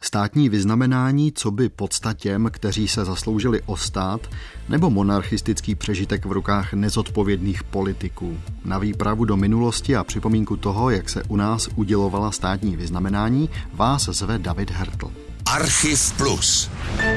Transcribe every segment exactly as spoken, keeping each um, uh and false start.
Státní vyznamenání coby podsta těm, kteří se zasloužili o stát, nebo monarchistický přežitek v rukách nezodpovědných politiků? Na výpravu do minulosti a připomínku toho, jak se u nás udělovala státní vyznamenání, vás zve David Hertl. Archiv Plus.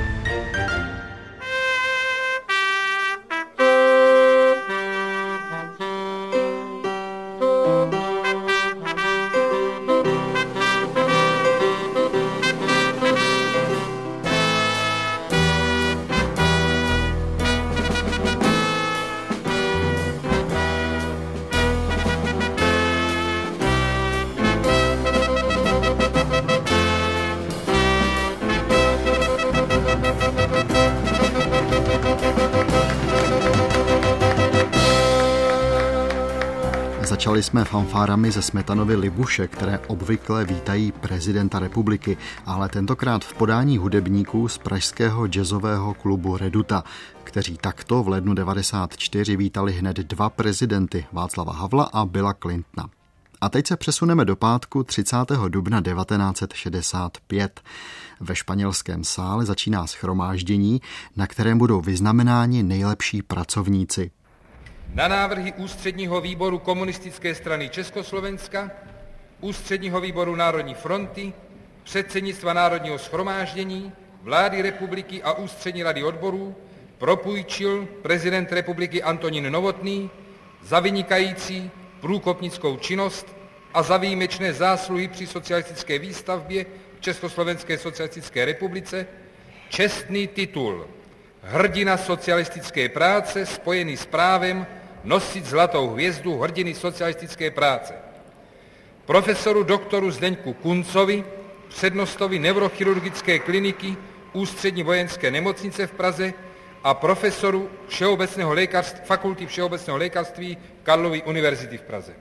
Začali jsme fanfárami ze Smetanovy Libuše, které obvykle vítají prezidenta republiky, ale tentokrát v podání hudebníků z pražského jazzového klubu Reduta, kteří takto v lednu devadesát čtyři vítali hned dva prezidenty, Václava Havla a Billa Clintona. A teď se přesuneme do pátku třicátého dubna devatenáct set šedesát pět. Ve španělském sále začíná shromáždění, na kterém budou vyznamenáni nejlepší pracovníci. Na návrhy Ústředního výboru Komunistické strany Československa, Ústředního výboru Národní fronty, předsednictva Národního shromáždění, vlády republiky a Ústřední rady odborů propůjčil prezident republiky Antonín Novotný za vynikající průkopnickou činnost a za výjimečné zásluhy při socialistické výstavbě v Československé socialistické republice čestný titul Hrdina socialistické práce spojený s právem nosit zlatou hvězdu hrdiny socialistické práce. Profesoru doktoru Zdeňku Kuncovi, přednostovi neurochirurgické kliniky Ústřední vojenské nemocnice v Praze a profesoru všeobecného lékařství, fakulty všeobecného lékařství Karlovy univerzity v Praze.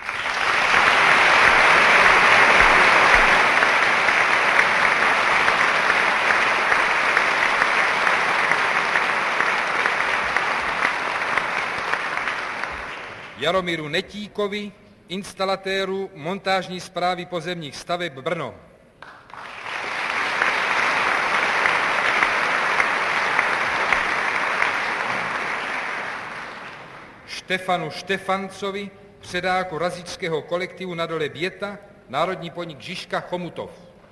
Jaromíru Netíkovi, instalatéru montážní správy pozemních staveb Brno. Štefanu Štefancovi, předáku razíčského kolektivu na dole Běta, národní podnik Žižka Chomutov.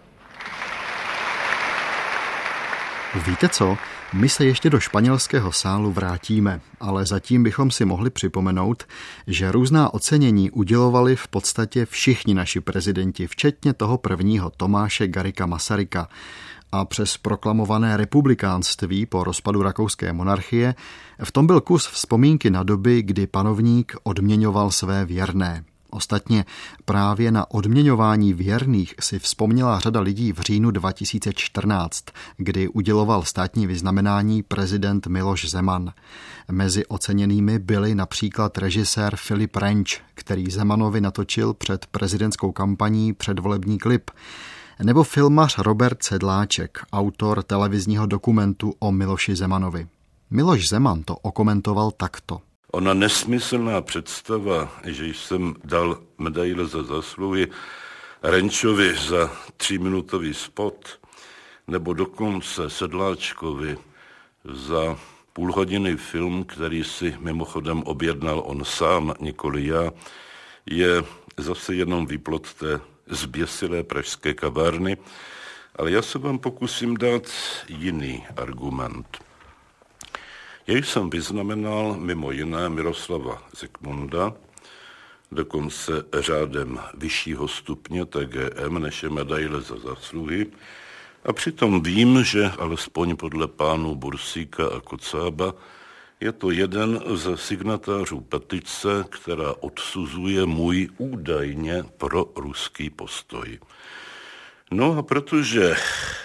Víte co? My se ještě do španělského sálu vrátíme, ale zatím bychom si mohli připomenout, že různá ocenění udělovali v podstatě všichni naši prezidenti, včetně toho prvního Tomáše Garrigua Masaryka. A přes proklamované republikánství po rozpadu rakouské monarchie, v tom byl kus vzpomínky na doby, kdy panovník odměňoval své věrné. Ostatně právě na odměňování věrných si vzpomněla řada lidí v říjnu dva tisíce čtrnáct, kdy uděloval státní vyznamenání prezident Miloš Zeman. Mezi oceněnými byli například režisér Filip Renč, který Zemanovi natočil před prezidentskou kampaní předvolební klip, nebo filmař Robert Sedláček, autor televizního dokumentu o Miloši Zemanovi. Miloš Zeman to okomentoval takto. Ona nesmyslná představa, že jsem dal medaile za zásluhy Renčovi za tříminutový spot, nebo dokonce Sedláčkovi za půlhodinný film, který si mimochodem objednal on sám, nikoli já, je zase jenom výplod té zběsilé pražské kavárny, ale já se vám pokusím dát jiný argument. Já jsem vyznamenal mimo jiné Miroslava Zikmunda, dokonce řádem vyššího stupně T G M, než je medaile za zásluhy, a přitom vím, že alespoň podle pánů Bursíka a Kocába je to jeden ze signatářů petice, která odsuzuje můj údajně proruský postoj. No a protože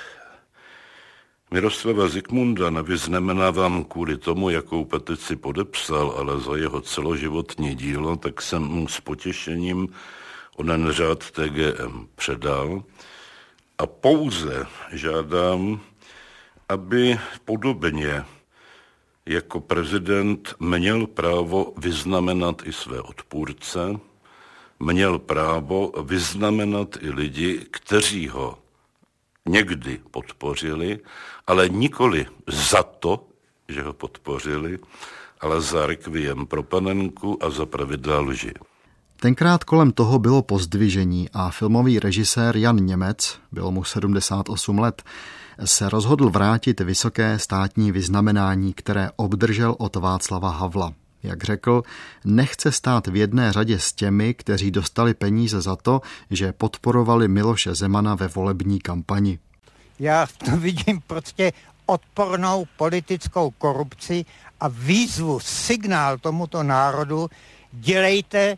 Miroslava Zikmunda nevyznamenávám kvůli tomu, jakou petici podepsal, ale za jeho celoživotní dílo, tak jsem mu s potěšením onen řád T G M předal a pouze žádám, aby podobně jako prezident měl právo vyznamenat i své odpůrce, měl právo vyznamenat i lidi, kteří ho někdy podpořili, ale nikoli za to, že ho podpořili, ale za rekviem pro panenku a za pravidla lži. Tenkrát kolem toho bylo pozdvižení a filmový režisér Jan Němec, bylo mu sedmdesát osm let, se rozhodl vrátit vysoké státní vyznamenání, které obdržel od Václava Havla. Jak řekl, nechce stát v jedné řadě s těmi, kteří dostali peníze za to, že podporovali Miloše Zemana ve volební kampani. Já to vidím prostě odpornou politickou korupci a výzvu, signál tomuto národu, dělejte,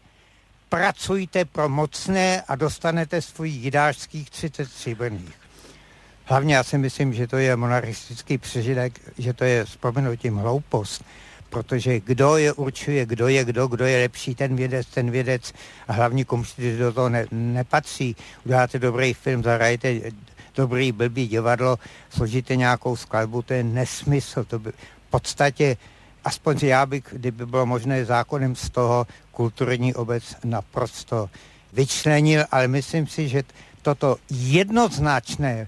pracujte pro mocné a dostanete svůj jidářských třicet stříbrných. Hlavně já si myslím, že to je monarchistický přežitek, že to je s prominutím hloupost, protože kdo je určuje, kdo je kdo, kdo je lepší, ten vědec, ten vědec a hlavní komunisti do toho ne, nepatří. Uděláte dobrý film, zahrajete dobrý blbý divadlo, složíte nějakou skladbu, to je nesmysl. To by v podstatě, aspoň já bych, kdyby bylo možné zákonem z toho kulturní obec naprosto vyčlenil, ale myslím si, že toto jednoznačné,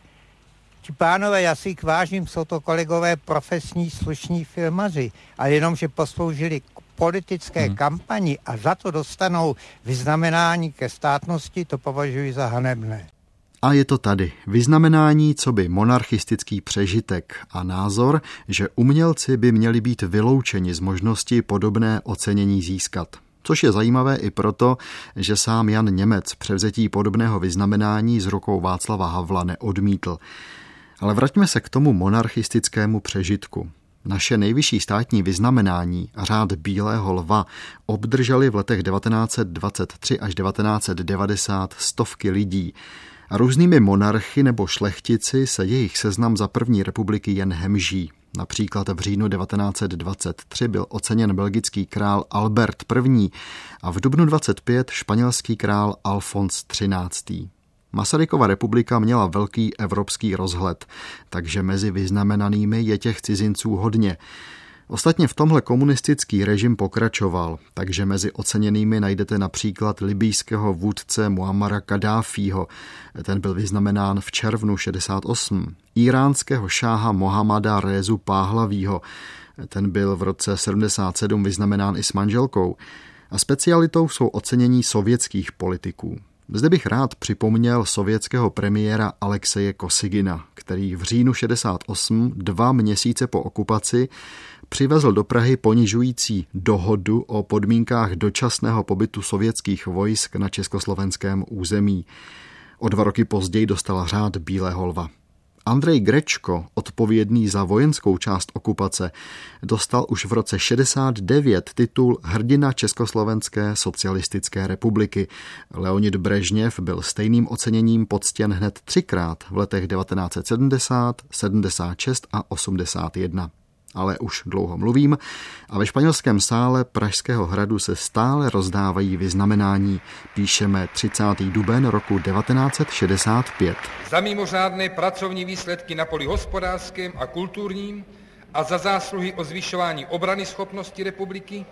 ti pánové, já si jich vážím, jsou to kolegové profesní, slušní filmaři, ale jenom, že posloužili k politické hmm. kampani a za to dostanou vyznamenání ke státnosti, to považuji za hanebné. A je to tady. Vyznamenání coby monarchistický přežitek a názor, že umělci by měli být vyloučeni z možnosti podobné ocenění získat. Což je zajímavé i proto, že sám Jan Němec převzetí podobného vyznamenání z rukou Václava Havla neodmítl. Ale vraťme se k tomu monarchistickému přežitku. Naše nejvyšší státní vyznamenání, řád Bílého lva, obdrželi v letech devatenáct set dvacet tři až devatenáct set devadesát stovky lidí. A různými monarchy nebo šlechtici se jejich seznam za první republiky jen hemží. Například v říjnu devatenáct set dvacet tři byl oceněn belgický král Albert I. a v dubnu dvacet pět španělský král Alfons třináctý. Masarykova republika měla velký evropský rozhled, takže mezi vyznamenanými je těch cizinců hodně. Ostatně v tomhle komunistický režim pokračoval, takže mezi oceněnými najdete například libýského vůdce Muammara Kaddáfího, ten byl vyznamenán v červnu šedesát osm, iránského šáha Mohammada Rézu Páhlavího, ten byl v roce sedmdesát sedm vyznamenán i s manželkou, a specialitou jsou ocenění sovětských politiků. Zde bych rád připomněl sovětského premiéra Alexeje Kosygina, který v říjnu šedesát osm, dva měsíce po okupaci, přivezl do Prahy ponižující dohodu o podmínkách dočasného pobytu sovětských vojsk na československém území. O dva roky později dostal řád Bílého lva. Andrej Grečko, odpovědný za vojenskou část okupace, dostal už v roce šedesát devět titul hrdina Československé socialistické republiky. Leonid Brežněv byl stejným oceněním poctěn hned třikrát v letech devatenáct set sedmdesát, sedmdesát šest a osmdesát jedna. Ale už dlouho mluvím a ve španělském sále Pražského hradu se stále rozdávají vyznamenání. Píšeme třicátý duben roku devatenáct set šedesát pět. Za mimořádné pracovní výsledky na poli hospodářském a kulturním a za zásluhy o zvyšování obrany schopnosti republiky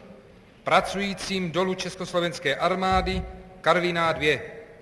pracujícím dolu Československé armády Karviná dva.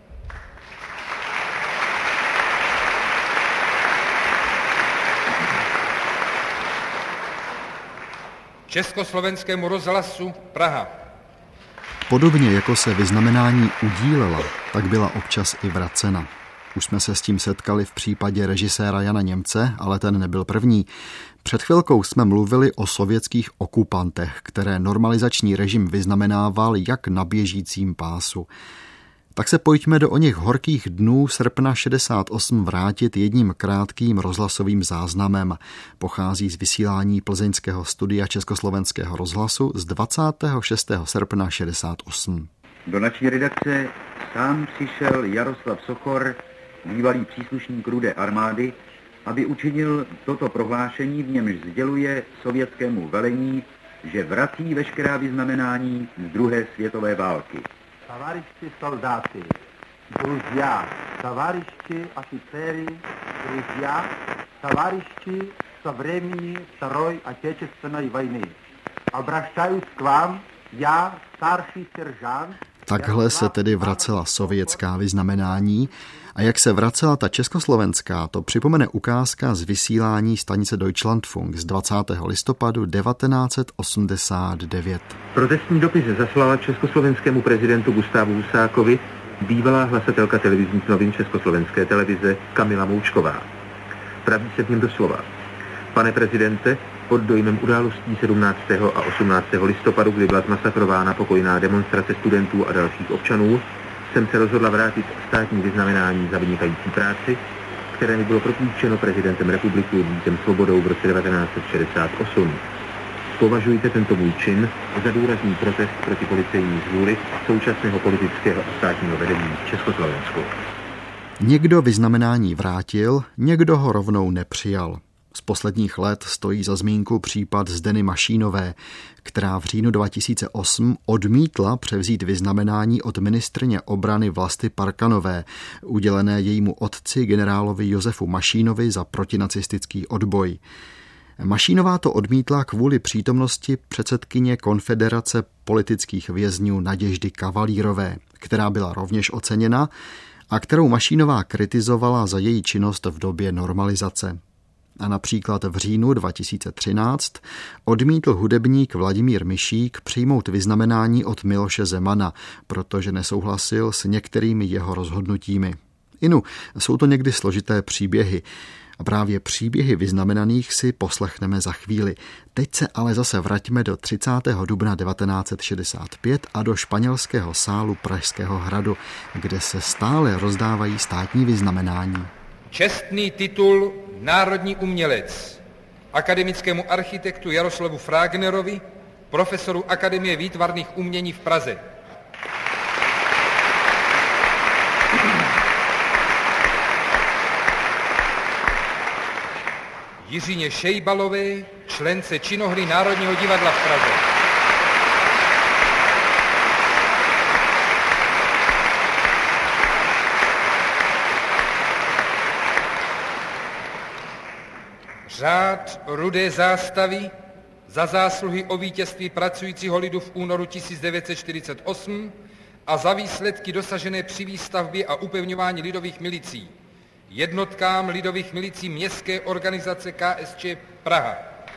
Československému rozhlasu Praha. Podobně jako se vyznamenání udílela, tak byla občas i vracena. Už jsme se s tím setkali v případě režiséra Jana Němce, ale ten nebyl první. Před chvilkou jsme mluvili o sovětských okupantech, které normalizační režim vyznamenával jak na běžícím pásu. Tak se pojďme do oněch horkých dnů srpna šedesát osm vrátit jedním krátkým rozhlasovým záznamem. Pochází z vysílání plzeňského studia Československého rozhlasu z dvacátého šestého srpna šedesát osm. Do naší redakce sám přišel Jaroslav Sochor, bývalý příslušník Rudé armády, aby učinil toto prohlášení, v němž sděluje sovětskému velení, že vrací veškerá vyznamenání z druhé světové války. Товарищи солдаты, друзья, товарищи офицеры, друзья, товарищи со времени Второй Отечественной войны. Обращаюсь к вам, я, старший сержант. Takhle se tedy vracela sovětská vyznamenání a jak se vracela ta československá, to připomene ukázka z vysílání stanice Deutschlandfunk z dvacátého listopadu devatenáct set osmdesát devět. Protestní dopis zaslala československému prezidentu Gustávu Husákovi bývalá hlasatelka televizních novin Československé televize Kamila Moučková. Praví se v něm doslova: Pane prezidente, pod dojmem událostí sedmnáctého a osmnáctého listopadu, kdy byla zmasakrována pokojná demonstrace studentů a dalších občanů, jsem se rozhodla vrátit státní vyznamenání za vynikající práci, které mi bylo propůjčeno prezidentem republiky Vítem Svobodou v roce devatenáct set šedesát osm. Považujte tento můj čin za důrazný protest proti policejní zvůli současného politického a státního vedení v Československu. Někdo vyznamenání vrátil, někdo ho rovnou nepřijal. Z posledních let stojí za zmínku případ Zdeny Mašínové, která v říjnu dva tisíce osm odmítla převzít vyznamenání od ministryně obrany Vlasty Parkanové, udělené jejímu otci generálovi Josefu Mašínovi za protinacistický odboj. Mašínová to odmítla kvůli přítomnosti předsedkyně Konfederace politických vězňů Naděždy Kavalírové, která byla rovněž oceněna a kterou Mašínová kritizovala za její činnost v době normalizace. A například v říjnu dva tisíce třináct odmítl hudebník Vladimír Mišík přijmout vyznamenání od Miloše Zemana, protože nesouhlasil s některými jeho rozhodnutími. Inu, jsou to někdy složité příběhy. A právě příběhy vyznamenaných si poslechneme za chvíli. Teď se ale zase vraťme do třicátého dubna devatenáct set šedesát pět a do španělského sálu Pražského hradu, kde se stále rozdávají státní vyznamenání. Čestný titul Národní umělec akademickému architektu Jaroslavu Fragnerovi, profesoru Akademie výtvarných umění v Praze. Jiřině Šejbalové, člence činohry Národního divadla v Praze. Řád Rudé zástavy za zásluhy o vítězství pracujícího lidu v únoru tisíc devět set čtyřicet osm a za výsledky dosažené při výstavbě a upevňování lidových milicí jednotkám lidových milicí městské organizace K S Č Praha.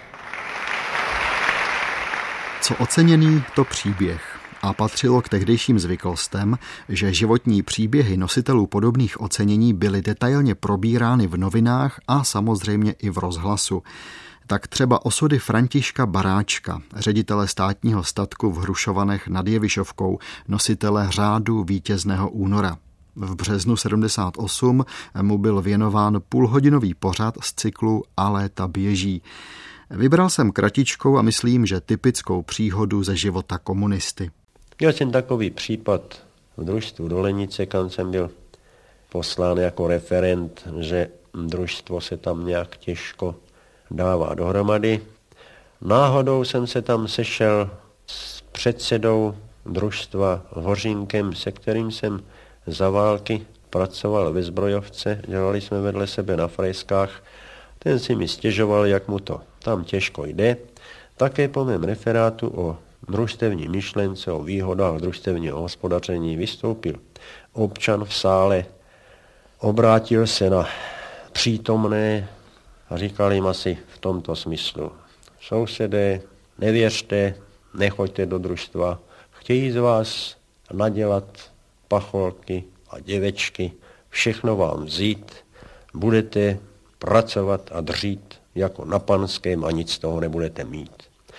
Co oceněný, to příběh. A patřilo k tehdejším zvyklostem, že životní příběhy nositelů podobných ocenění byly detailně probírány v novinách a samozřejmě i v rozhlasu. Tak třeba osudy Františka Baráčka, ředitele státního statku v Hrušovanech nad Jevišovkou, nositele řádu vítězného února. V březnu sedmdesát osm mu byl věnován půlhodinový pořad z cyklu A léta běží. Vybral jsem kratičkou a myslím, že typickou příhodu ze života komunisty. Měl jsem takový případ v družstvu Dolenice, kam jsem byl poslán jako referent, že družstvo se tam nějak těžko dává dohromady. Náhodou jsem se tam sešel s předsedou družstva Hořínkem, se kterým jsem za války pracoval ve zbrojovce, dělali jsme vedle sebe na frejskách. Ten si mi stěžoval, jak mu to tam těžko jde. Také po mém referátu o družstevní myšlence, o výhodách družstevního hospodaření vystoupil občan v sále, obrátil se na přítomné a říkal jim asi v tomto smyslu: sousedé, nevěřte, nechoďte do družstva, chtějí z vás nadělat pacholky a děvečky, všechno vám vzít, budete pracovat a dřít jako na panském a nic z toho nebudete mít.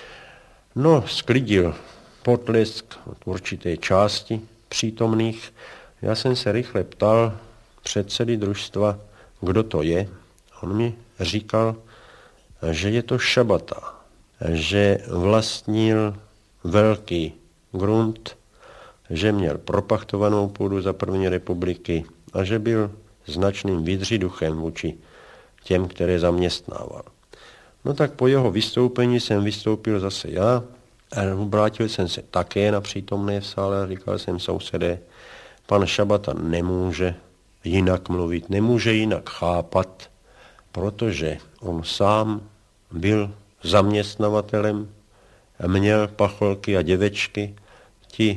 No, sklidil potlesk od určité části přítomných. Já jsem se rychle ptal předsedy družstva, kdo to je. On mi říkal, že je to Šabata, že vlastnil velký grunt, že měl propachtovanou půdu za první republiky a že byl značným vydřiduchem vůči těm, které zaměstnával. No tak po jeho vystoupení jsem vystoupil zase já a obrátil jsem se také na přítomné v sále a říkal jsem: sousedé, pan Šabata nemůže jinak mluvit, nemůže jinak chápat, protože on sám byl zaměstnavatelem, měl pacholky a děvečky, ti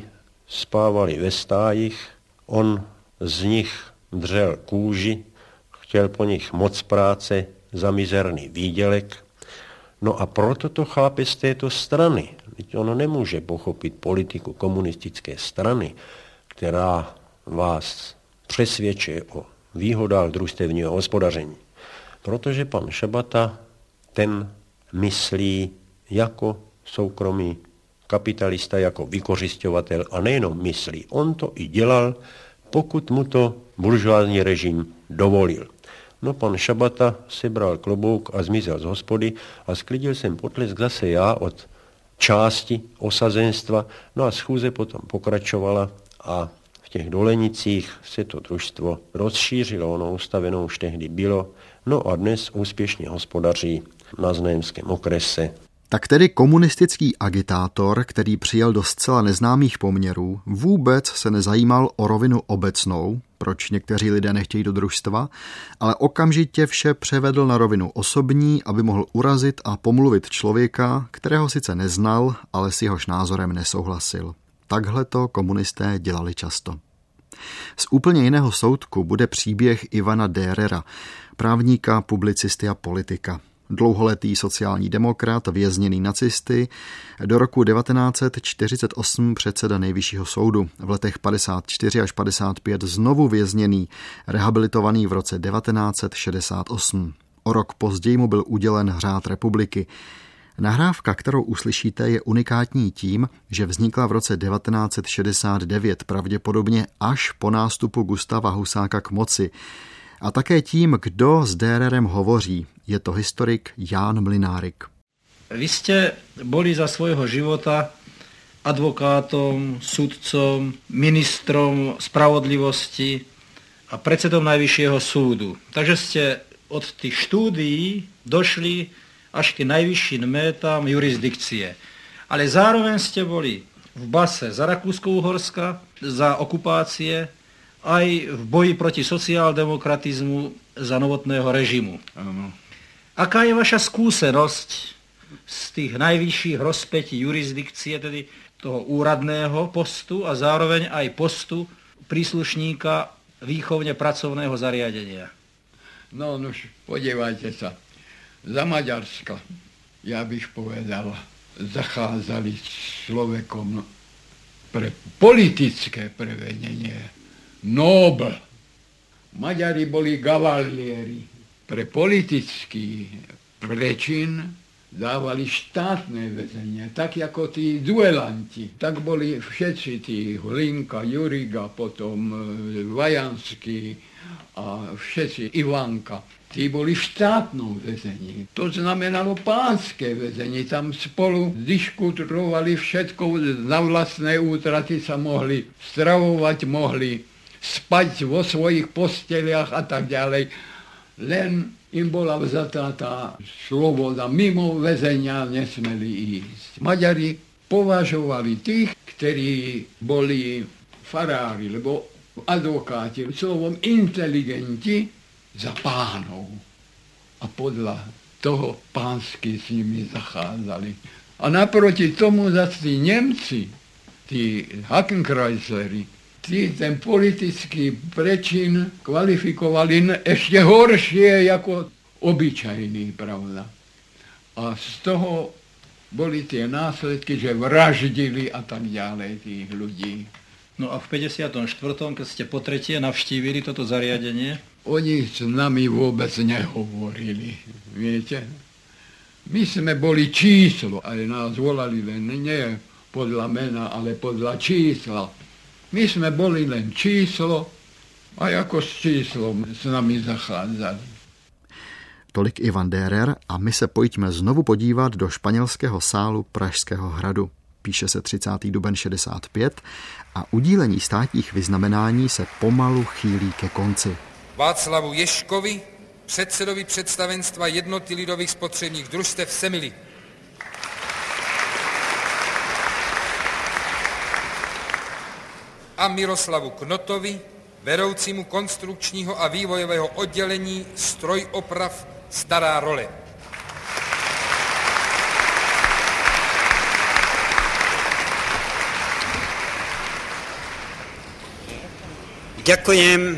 spávali ve stájích, on z nich dřel kůži, chtěl po nich moc práce za mizerný výdělek. No a proto to chápe z této strany. Ono nemůže pochopit politiku komunistické strany, která vás přesvědčuje o výhodách družstevního hospodaření. Protože pan Šabata ten myslí jako soukromý kapitalista, jako vykořisťovatel a nejenom myslí. On to i dělal, pokud mu to buržoázní režim dovolil. No pan Šabata sebral klobouk a zmizel z hospody a sklidil jsem potlesk zase já od části osazenstva. No a schůze potom pokračovala a v těch Dolenicích se to družstvo rozšířilo, ono ustavenou už tehdy bylo. No a dnes úspěšně hospodaří na Znojemském okrese. Tak tedy komunistický agitátor, který přijel do zcela neznámých poměrů, vůbec se nezajímal o rovinu obecnou, proč někteří lidé nechtějí do družstva, ale okamžitě vše převedl na rovinu osobní, aby mohl urazit a pomluvit člověka, kterého sice neznal, ale s jehož názorem nesouhlasil. Takhle to komunisté dělali často. Z úplně jiného soudku bude příběh Ivana Dörrera, právníka, publicisty a politika. Dlouholetý sociální demokrat, vězněný nacisty, do roku devatenáct set čtyřicet osm předseda Nejvyššího soudu, v letech padesát čtyři až padesát pět znovu vězněný, rehabilitovaný v roce devatenáct set šedesát osm. O rok později mu byl udělen Řád republiky. Nahrávka, kterou uslyšíte, je unikátní tím, že vznikla v roce devatenáct set šedesát devět, pravděpodobně až po nástupu Gustáva Husáka k moci. A také tím, kdo s Dörrerem hovoří, je to historik Ján Mlynárik. Vy ste boli za svojho života advokátom, sudcom, ministrom spravodlivosti a predsedom Najvyššieho súdu. Takže ste od tých štúdií došli až k najvyšším métám jurisdikcie. Ale zároveň ste boli v base za Rakúsko-Uhorska, za okupácie, aj v boji proti sociáldemokratizmu za novotného režimu. Ano. Aká je vaša skúsenosť z tých najvyšších rozpätí jurisdikcie, tedy toho úradného postu a zároveň aj postu príslušníka výchovne pracovného zariadenia? No, nož, podívajte sa. Za Maďarska, ja bych povedal, zachádzali s človekom pre politické prevedenie. Nobel. Maďari boli gavalieri. Pre politický prečin dávali štátne väzenie, tak ako tí duelanti. Tak boli všetci tí Hlinka, Juriga, potom Vajanský a všetci Ivanka. Tí boli v štátnom väzení. To znamenalo pánske väzenie. Tam spolu diskutovali všetko, na vlastné útraty sa mohli stravovať, mohli spať vo svojich posteliach a tak ďalej. Len im bola vzatá tá sloboda. Mimo väzenia nesmeli ísť. Maďari považovali tých, ktorí boli farári, lebo advokáti, slovom inteligenti, za pánov. A podľa toho pánsky s nimi zachádzali. A naproti tomu zase tí Nemci, tí Hakenkreuzleri, tí ten politický prečin kvalifikovali ešte horšie ako obyčajný, pravda. A z toho boli tie následky, že vraždili a tak ďalej tých ľudí. No a v päťdesiatom štvrtom, keď ste po tretie navštívili toto zariadenie? Oni s nami vôbec nehovorili, viete. My sme boli číslo, ale nás volali len nie podľa mena, ale podľa čísla. My sme boli len číslo a ako s číslom s nami zachádzali. Tolik Ivan Dörrer a my se pojďme znovu podívat do španělského sálu Pražského hradu. Píše se třicátého dubna šedesát pět a udílení státních vyznamenání se pomalu chýlí ke konci. Václavu Ježkovi, předsedovi představenstva Jednoty lidových spotřebních družstev Semily. A Miroslavu Knotovi, vedoucímu konstrukčního a vývojového oddělení Strojoprav Stará Role. Ďakujem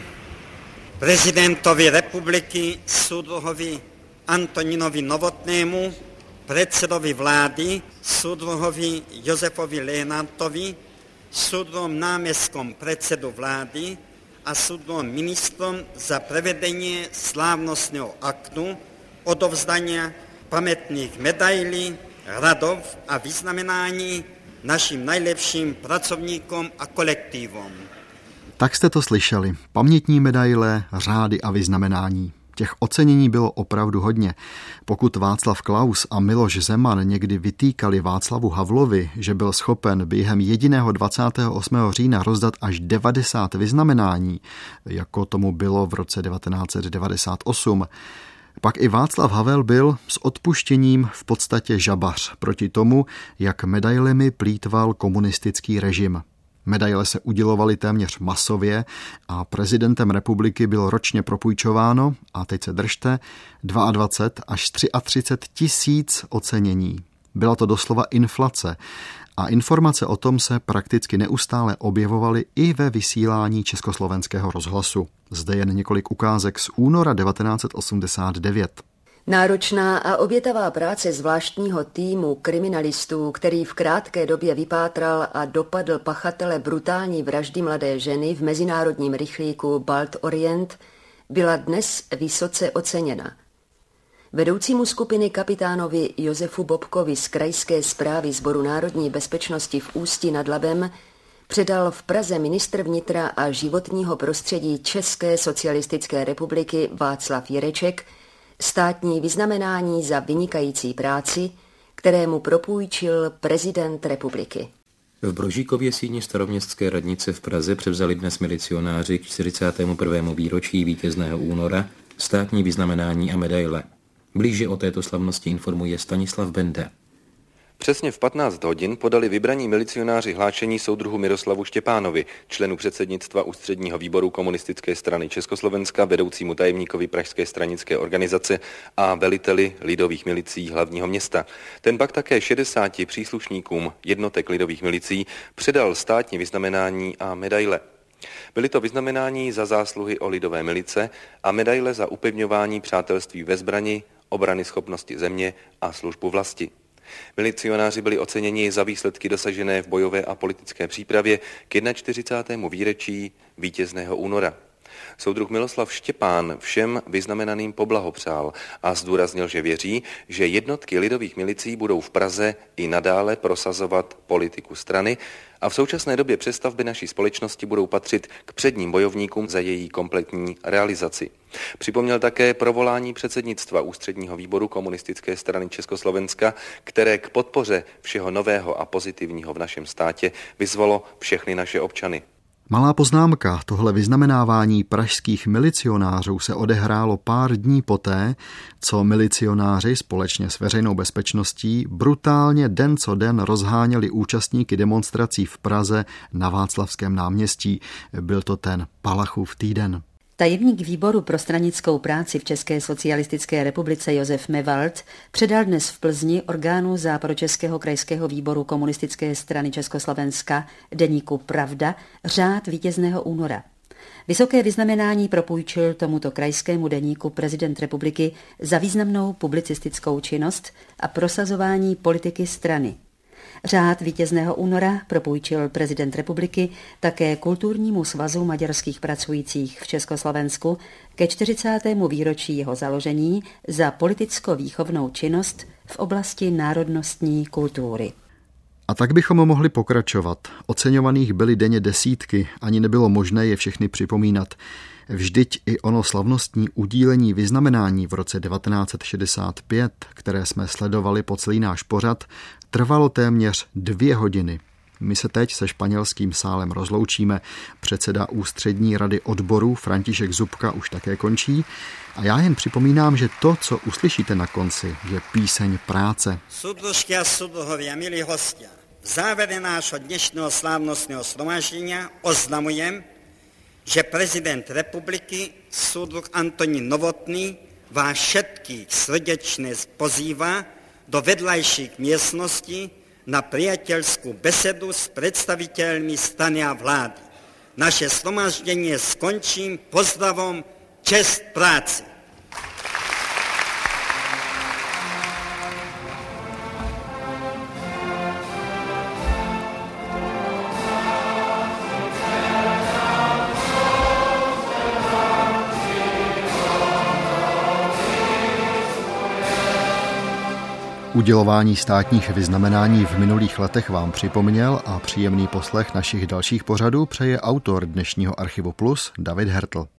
prezidentovi republiky súdruhovi Antonínovi Novotnému, predsedovi vlády súdruhovi Jozefovi Lénartovi, súdruhom námestkom predsedu vlády a súdruhom ministrom za prevedenie slávnostného aktu odovzdania pamätných medailí, radov a vyznamenání našim najlepším pracovníkom a kolektívom. Tak jste to slyšeli. Pamětní medaile, řády a vyznamenání. Těch ocenění bylo opravdu hodně. Pokud Václav Klaus a Miloš Zeman někdy vytýkali Václavu Havlovi, že byl schopen během jediného dvacátého osmého října rozdat až devadesát vyznamenání, jako tomu bylo v roce devatenáct set devadesát osm, pak i Václav Havel byl s odpuštěním v podstatě žabař proti tomu, jak medailemi plýtval komunistický režim. Medaile se udělovaly téměř masově a prezidentem republiky bylo ročně propůjčováno, a teď se držte, dvacet dva až třicet tři tisíc ocenění. Byla to doslova inflace a informace o tom se prakticky neustále objevovaly i ve vysílání Československého rozhlasu. Zde jen několik ukázek z února devatenáct set osmdesát devět. Náročná a obětavá práce zvláštního týmu kriminalistů, který v krátké době vypátral a dopadl pachatele brutální vraždy mladé ženy v mezinárodním rychlíku Balt Orient, byla dnes vysoce oceněna. Vedoucímu skupiny kapitánovi Josefu Bobkovi z Krajské správy Sboru národní bezpečnosti v Ústí nad Labem předal v Praze ministr vnitra a životního prostředí České socialistické republiky Václav Jireček státní vyznamenání za vynikající práci, kterému propůjčil prezident republiky. V Brožíkově síni staroměstské radnice v Praze převzali dnes milicionáři k čtyřicátému prvému výročí vítězného února státní vyznamenání a medaile. Blíže o této slavnosti informuje Stanislav Benda. Přesně v patnáct hodin podali vybraní milicionáři hlášení soudruhu Miroslavu Štěpánovi, členu předsednictva Ústředního výboru Komunistické strany Československa, vedoucímu tajemníkovi Pražské stranické organizace a veliteli lidových milicí hlavního města. Ten pak také šedesáti příslušníkům jednotek lidových milicí předal státní vyznamenání a medaile. Byly to vyznamenání za zásluhy o lidové milice a medaile za upevňování přátelství ve zbrani, obrany schopnosti země a službu vlasti. Milicionáři byli oceněni za výsledky dosažené v bojové a politické přípravě k čtyřicátému výročí vítězného února. Soudruh Miroslav Štěpán všem vyznamenaným poblahopřál a zdůraznil, že věří, že jednotky lidových milicí budou v Praze i nadále prosazovat politiku strany a v současné době přestavby naší společnosti budou patřit k předním bojovníkům za její kompletní realizaci. Připomněl také provolání předsednictva Ústředního výboru Komunistické strany Československa, které k podpoře všeho nového a pozitivního v našem státě vyzvalo všechny naše občany. Malá poznámka, tohle vyznamenávání pražských milicionářů se odehrálo pár dní poté, co milicionáři společně s veřejnou bezpečností brutálně den co den rozháněli účastníky demonstrací v Praze na Václavském náměstí. Byl to ten Palachův týden. Tajemník výboru pro stranickou práci v České socialistické republice Josef Mewald předal dnes v Plzni orgánu Západočeského krajského výboru Komunistické strany Československa deníku Pravda řád vítězného února. Vysoké vyznamenání propůjčil tomuto krajskému deníku prezident republiky za významnou publicistickou činnost a prosazování politiky strany. Řád vítězného února propůjčil prezident republiky také Kulturnímu svazu maďarských pracujících v Československu ke čtyřicátému výročí jeho založení za politicko-výchovnou činnost v oblasti národnostní kultury. A tak bychom mohli pokračovat. Oceňovaných byly denně desítky, ani nebylo možné je všechny připomínat. Vždyť i ono slavnostní udílení vyznamenání v roce devatenáct set šedesát pět, které jsme sledovali po celý náš pořad, trvalo téměř dvě hodiny. My se teď se španělským sálem rozloučíme. Předseda Ústřední rady odborů František Zubka už také končí. A já jen připomínám, že to, co uslyšíte na konci, je píseň práce. Súdružky a súdruhovia, milí hostia, v závere nášho dnešného slávnostného shromáždení oznamujem, že prezident republiky súdruh Antonín Novotný vás všetkých srdečne pozýva do vedľajších miestností na priateľskú besedu s predstaviteľmi strany a vlády. naše shromáždění skončím pozdravom čest práci. Udělování státních vyznamenání v minulých letech vám připomněl a příjemný poslech našich dalších pořadů přeje autor dnešního Archivu Plus David Hertl.